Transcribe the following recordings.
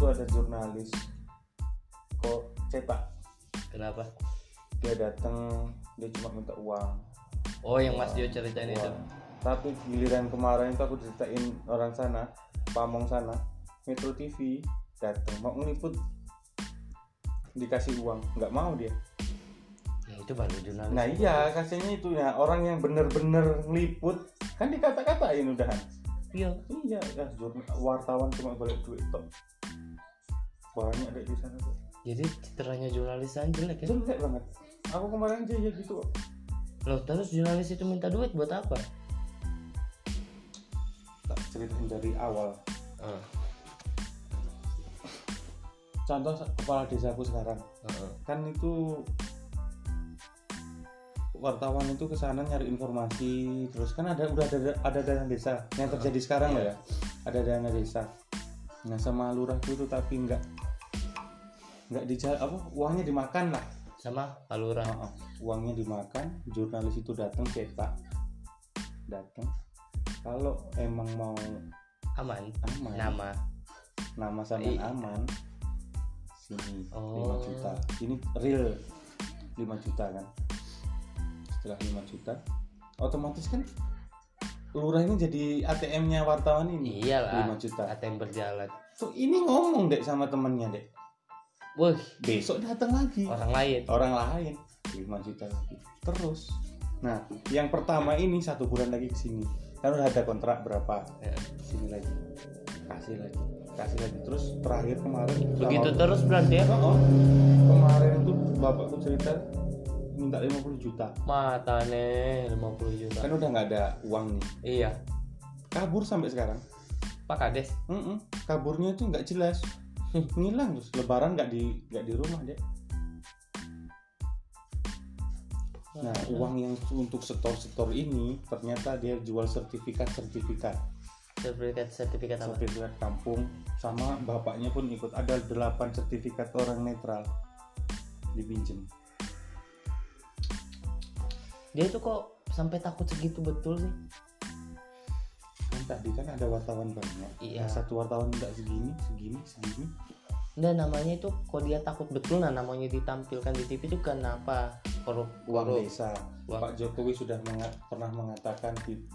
itu ada jurnalis kok cetak. Kenapa? Dia datang, dia cuma minta uang. Oh, yang Mas Dio ceritain itu. Tapi giliran kemarin itu aku ceritain orang sana, Pamong sana, Metro TV datang mau ngeliput, dikasih uang, nggak mau dia. Ya, itu baru jurnalis. Nah iya, kasihnya itu ya orang yang bener-bener ngeliput kan dikata-katain udahan. Iya, ya, wartawan cuma balik duit tok. Banyak deh di sana tuh. Jadi citranya jurnalis aja jelek ya? Jelek banget. Aku kemarin aja ya gitu. Loh, terus jurnalis itu minta duit buat apa? Tak ceritain dari awal. Contoh kepala desaku sekarang. Kan itu wartawan itu kesana nyari informasi, terus kan udah ada dana desa yang terjadi sekarang lah ya, ada dana desa. Nah sama lurahku itu tapi nggak uangnya dimakan lah sama Pak Lurah. Uangnya dimakan, jurnalis itu datang cetak, kalau emang mau aman. Nama sama aman sini 5 juta, ini real 5 juta kan. Setelah 5 juta otomatis kan lurah ini jadi ATM-nya wartawan ini. Iyalah, 5 juta ATM berjalan. So ini ngomong dek sama temennya dek, wah besok datang lagi orang lain 5 juta lagi terus. Nah yang pertama ini 1 bulan lagi kesini kan udah ada kontrak berapa ya. Sini lagi kasih lagi terus terakhir kemarin begitu terus berarti ya. Kemarin tuh bapakku cerita minta 50 juta. Matane 50 juta. Kan udah nggak ada uang nih. Iya. Kabur sampai sekarang. Pak Kades. Kaburnya itu nggak jelas. Ngilang terus. Lebaran nggak di rumah deh. Nah uang yang untuk setor ini ternyata dia jual sertifikat apa? Sertifikat kampung, sama bapaknya pun ikut. Ada 8 sertifikat orang netral dipinjem. Dia tuh kok sampai takut segitu betul sih? Kan tadi kan ada wartawan banyak. Iya. Nah, satu wartawan enggak segini. Nah namanya itu kok dia takut betul, nah namanya ditampilkan di TV itu kenapa? Uang desa. Pak Jokowi sudah pernah mengatakan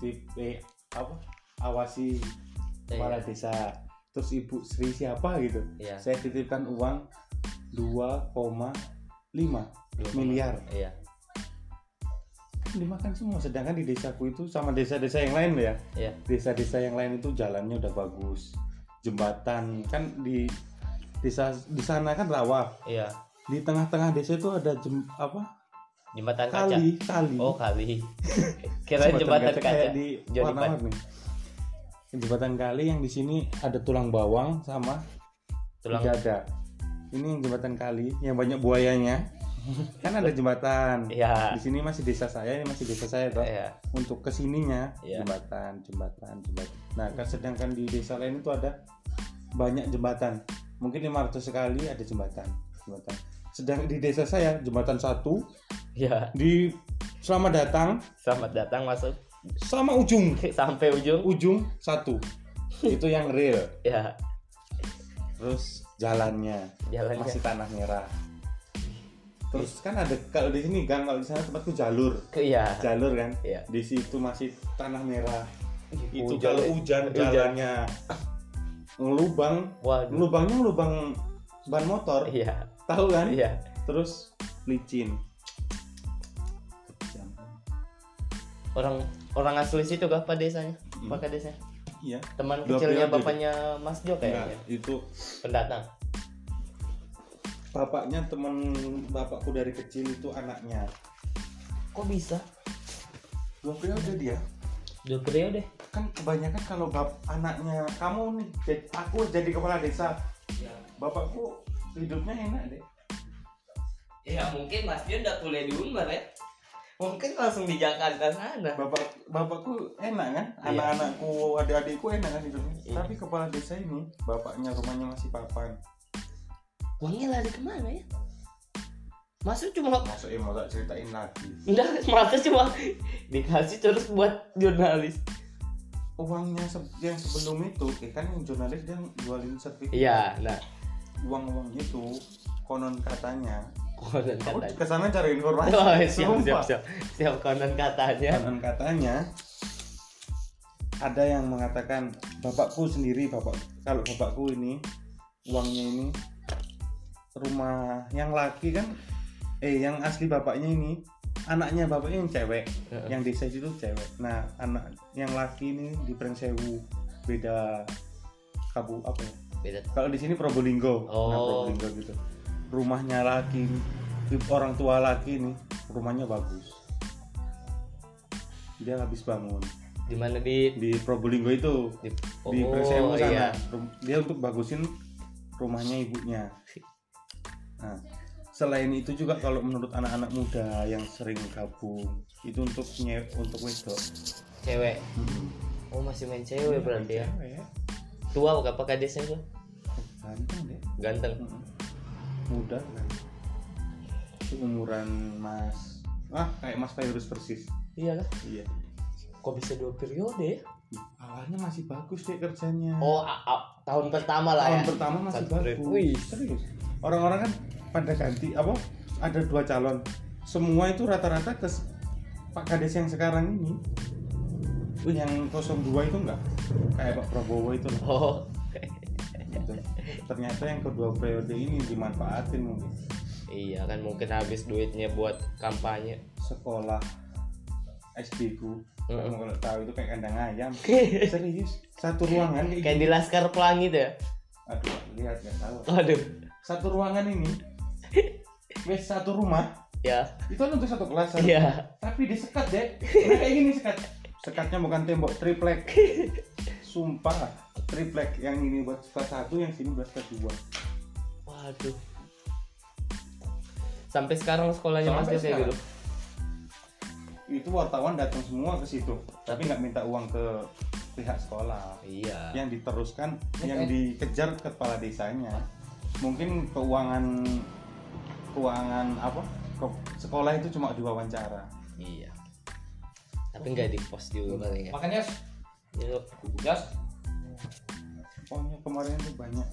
awasi kepala desa. Terus Ibu Sri siapa gitu. Iya. Saya titipkan uang 2,5 miliar. Iya. Dimakan semua, sedangkan di desaku itu sama desa-desa yang lain ya. Iya. Desa-desa yang lain itu jalannya udah bagus, jembatan kan di desa di sana kan rawa. Iya. Di tengah-tengah desa itu ada jembatan kaca. Kali. Oh kali. Kira jembatan kaca di warna-warni. Jembatan kali yang di sini ada tulang bawang sama tulang dada. Ini yang jembatan kali yang banyak buayanya. Kan ada jembatan. Ya. Di sini masih desa saya, ini masih desa saya toh. Ya. Untuk kesininya jembatan. Nah, kan sedangkan di desa lain itu ada banyak jembatan. Mungkin 500 sekali ada jembatan. Sedang di desa saya jembatan 1. Ya. Di selamat datang masuk sama ujung sampai ujung 1. Itu yang real. Ya. Terus jalannya masih tanah merah. Terus kan ada kalau di sini gang, kalau di sana tempatku jalur. Iya. Jalur kan. Iya. Di situ masih tanah merah. Itu kalau hujan jalannya ngelubang. Lubangnya lubang ban motor. Iya. Tahu kan? Iya. Terus licin. Orang asli situ kah Pak desanya? Pak Kadesnya? Iya. Teman kecilnya bapaknya Mas Jo kayaknya. Itu pendatang. Bapaknya teman bapakku dari kecil itu anaknya. Kok bisa? 2 periode dia. 2 periode? Kan kebanyakan kalau anaknya kamu nih, aku jadi kepala desa. Ya. Bapakku hidupnya enak deh. Ya mungkin Mas Dio udah kuliah di Unbar ya. Mungkin langsung di Jakarta sana. Bapakku enak kan? Anak-anakku, adik-adikku enak kan hidupnya. Tapi kepala desa ini, bapaknya rumahnya masih papan. Uangnya lari kemana ya? Masuk mau tak ceritain lagi. Enggak, masa cuma dikasih terus buat jurnalis. Uangnya yang sebelum itu, kan yang jurnalis dia jualin sertifikat. Iya, nah uang itu konon katanya. Aku katanya. kesana cari informasi. Siap konon katanya. Konon katanya ada yang mengatakan kalau bapakku ini uangnya ini rumah yang laki kan yang asli bapaknya ini anaknya bapaknya yang cewek, yang desa itu cewek. Nah anak yang laki ini di Prengsewu, beda apa ya? Beda. Kalau di sini Probolinggo, Nah Probolinggo gitu. Rumahnya laki, orang tua laki ini rumahnya bagus. Dia habis bangun. Di mana di Probolinggo itu? Di Prengsewu sana. Iya. Dia untuk bagusin rumahnya ibunya. Nah, selain itu juga kalau menurut anak-anak muda yang sering gabung itu untuk wedok cewek. Oh masih main cewek berarti ya. Tua apakah desa itu? Ganteng deh. Ganteng. Muda kan. Umuran Mas. Kayak Mas Fairuz persis. Iya kan? Iya. Kok bisa 2 periode? Awalnya masih bagus deh kerjanya. Oh, tahun pertama lah ya. Tahun pertama masih bagus. Serius. Orang-orang kan pada ganti ada 2 calon. Semua itu rata-rata ke Pak Kades yang sekarang ini. Yang 02 itu enggak. Kayak Pak Prabowo itu. Oh. Gitu. Ternyata yang kedua periode ini dimanfaatin mungkin. Iya kan mungkin habis duitnya buat kampanye. Sekolah SD ku. Kalau tahu itu kayak kandang ayam. Serius. Satu ruangan kayak di Laskar Pelangi tuh ya. Aduh, lihat enggak tahu. Aduh. Satu ruangan ini. Wes satu rumah. Ya. Itu kan untuk satu kelas. Iya. Tapi disekat deh. Nah, kayak gini sekat. Sekatnya bukan tembok, triplek. Sumpah, triplek. Yang ini buat kelas 1, yang sini buat kelas 2. Waduh. Sampai sekarang sekolahnya masih kayak gitu. Itu wartawan datang semua ke situ, tapi nggak minta uang ke pihak sekolah. Iya. Yang diteruskan, yang dikejar kepala desanya. Mungkin keuangan sekolah itu cuma diwawancara. Iya. Tapi nggak di post juga paling ya. Makanya Yos. Pokoknya kemarin itu banyak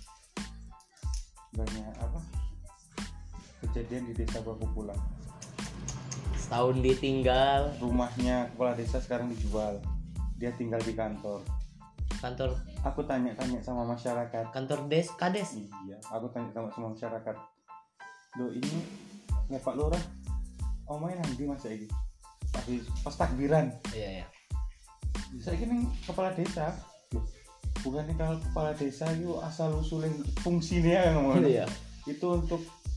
kejadian di desa baru pulang. Setahun ditinggal. Rumahnya kepala desa sekarang dijual. Dia tinggal di kantor. Aku tanya-tanya sama masyarakat. Kantor Kades. Iya, aku tanya sama masyarakat. Loh ini ya Pak Lurah. Main nanti Mas ini. Pas takbiran. Iya. Saya ini kepala desa. Bukan nih kalau kepala desa itu asal usulin fungsinya yang ngomong. Iya. Itu untuk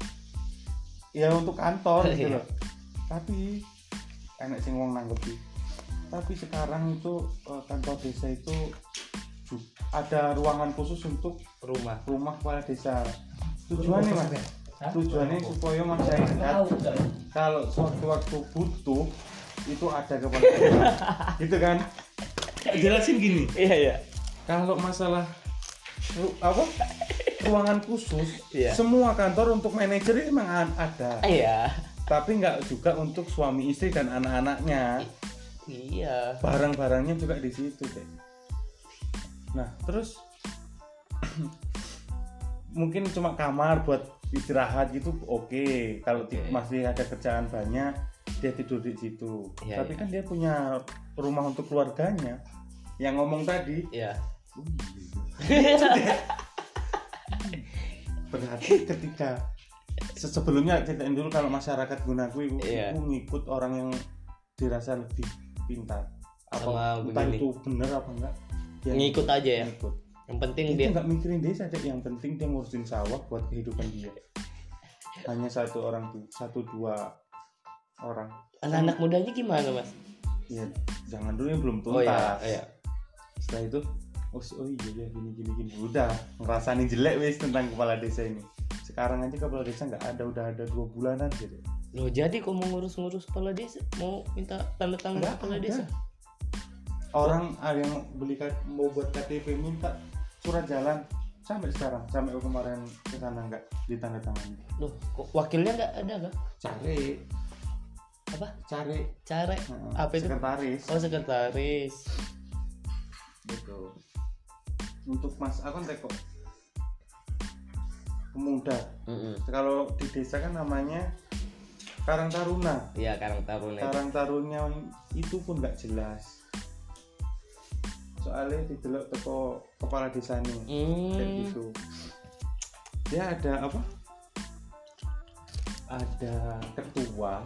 kantor gitu loh. Tapi enak sing wong nanggepi. Tapi sekarang itu kantor desa itu ada ruangan khusus untuk rumah kepala desa. Tujuannya Mas, tujuannya supaya masyarakat kalau sewaktu-waktu butuh itu ada kepala desa. Gitu kan? Jelasin gini. Iya. Kalau masalah ruangan khusus, semua kantor untuk manajer memang ada. Iya. Tapi nggak juga untuk suami istri dan anak-anaknya. Iya. Barang-barangnya juga di situ deh. Nah terus mungkin cuma kamar buat istirahat gitu oke. Kalau masih ada kerjaan banyak dia tidur di situ. Tapi kan dia punya rumah untuk keluarganya. Yang ngomong tadi. Iya. Berarti ketika sebelumnya ceritain dulu kalau masyarakat Gunaku itu ngikut orang yang dirasa lebih pintar. Entah itu benar apa enggak. Ngikut aja ya. Ngikut. Yang penting dia nggak mikirin desa aja. Yang penting dia ngurusin sawah buat kehidupan dia. Hanya 1 orang tuh, 1-2 orang. Anak-anak mudanya gimana Mas? Ya jangan dulu yang belum tuntas. Iya. Setelah itu iya gini udah ngerasain jelek wes tentang kepala desa ini. Sekarang aja kepala desa nggak ada, udah ada 2 bulanan gitu. Loh jadi kok mau ngurus kepala desa, mau minta tanda tangan kepala desa? Orang ada yang mau buat KTP minta surat jalan sampai sekarang, sampai kemarin ke sana nggak ditandatangani. Loh kok wakilnya nggak ada kah? Cari. Apa itu? Sekretaris. Sekretaris. Betul. Untuk Mas, aku ntek kok pemuda. Kalau di desa kan namanya Karang Taruna. Iya, Karang Taruna. Karang Taruna itu pun nggak jelas. Soalnya didelok teko kepala desa nih. Kayak gitu. Dia ada apa? Ada ketua.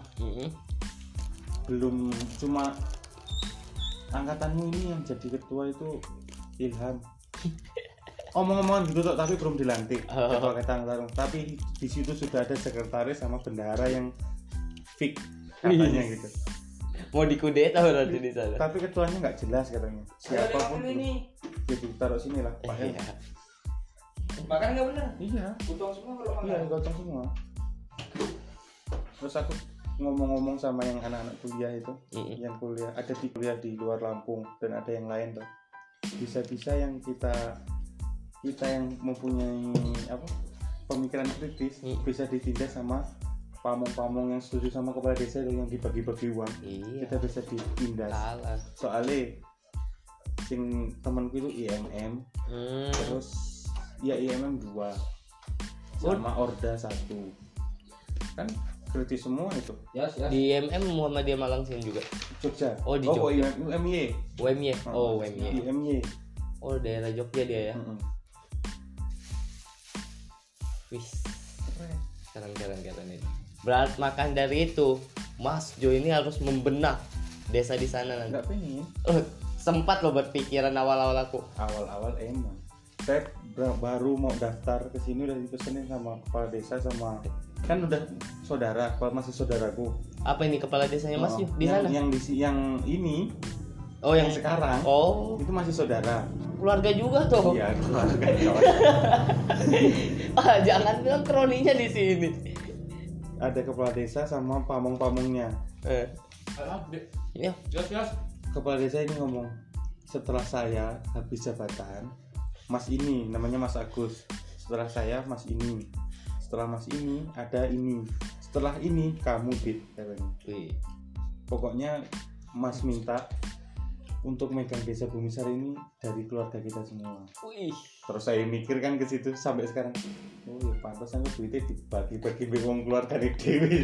Belum cuma angkatanmu ini yang jadi ketua itu Ilham. Omong-omongan gitu tuh, tapi belum dilantik ketua Karang Taruna. Tapi di situ sudah ada sekretaris sama bendahara yang fix katanya gitu. Mau dikudeta berarti di sana. Tapi ketuanya nggak jelas katanya. Siapapun ini. Jadi taruh sini lah Pak. Iya. Makan nggak bener? Iya. Gotong semua kalau makan. Iya, gotong semua. Terus aku ngomong-ngomong sama yang anak-anak kuliah itu, yang kuliah ada di kuliah di luar Lampung dan ada yang lain tuh. Bisa-bisa yang kita yang mempunyai apa pemikiran kritis bisa ditindas sama pamong-pamong yang setuju sama kepala desa yang dibagi-bagi uang. Kita bisa ditindas. Soalnya sing temanku itu IMM terus ya IMM 2 sama Orda 1 kan kritis semua itu. Yes. Di IMM Muhammadiyah Malang sini juga. Jogja. Oh di Jogja. UMY. UMY. Oh daerah Jogja dia ya. Wis. Keren ini. Berat makan dari itu, Mas Jo ini harus membenah desa di sana nanti. Enggak pengen. Sempat lo berpikiran awal-awal aku. Awal-awal emang. Saya baru mau daftar ke sini udah dipesenin sama kepala desa sama kan udah saudara, masih saudaraku. Apa ini kepala desanya Mas Jo di sana? Yang ini. Oh yang sekarang. Oh. Itu masih saudara. Keluarga juga tuh. Iya, keluarga. Jangan bilang kroninya di sini. Ada kepala desa sama pamong-pamongnya. Iya. Yes. Kepala desa ini ngomong, setelah saya habis jabatan, Mas ini namanya Mas Agus. Setelah saya Mas ini. Setelah Mas ini ada ini. Setelah ini kamu Dit katanya. Pokoknya Mas minta untuk megang desa Bumisari ini dari keluarga kita semua. Terus saya mikir kan ke situ sampai sekarang. Oh ya pantesan duitnya dibagi-bagi wong keluarga dewe.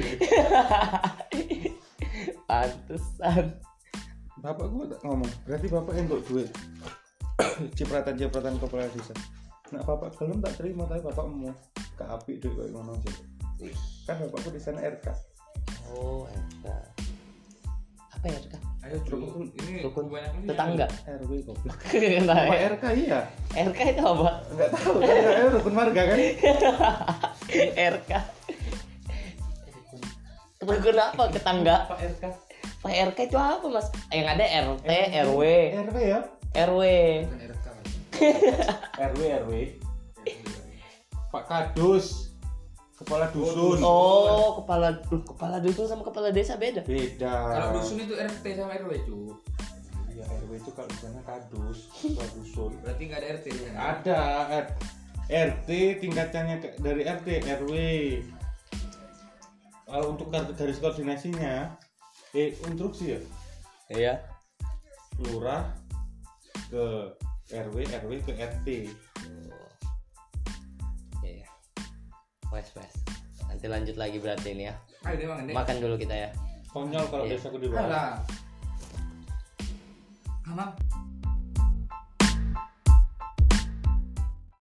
Pantesan. Bapak gua ngomong, berarti bapak untuk duit cipratan kepala desa. Nah bapak belum tak terima tapi bapak mau ke api duit kayak ngono aja. Kan bapakku di sana RK. Oh RK. Apa RK? Ayo rukun ini rukun tetangga. RW goblok. Nah, RK iya. RK itu apa? Enggak tahu. Kan rukun warga kan. RK. Rukun apa tetangga? Pak RK. Pak RK itu apa Mas? Yang ada RT, RW. RW ya? RW. Bukan RK. RW. Pak Kadus. Kepala dusun. Oh, kepala dusun sama kepala desa beda. Beda. Kalau dusun itu RT sama RW, cu. Iya, RW itu kalau di sana kadus, kepala dusun. Berarti enggak ada RT ya? Ada RT tingkatannya dari RT, RW. Kalau untuk garis koordinasinya instruksi ya? Iya. Lurah ke RW, RW ke RT. Wes. Nanti lanjut lagi berarti ini ya. Ayo deh, makan dulu kita ya. Konyol kalau iya. desaku di bawah. Alah. Kamang.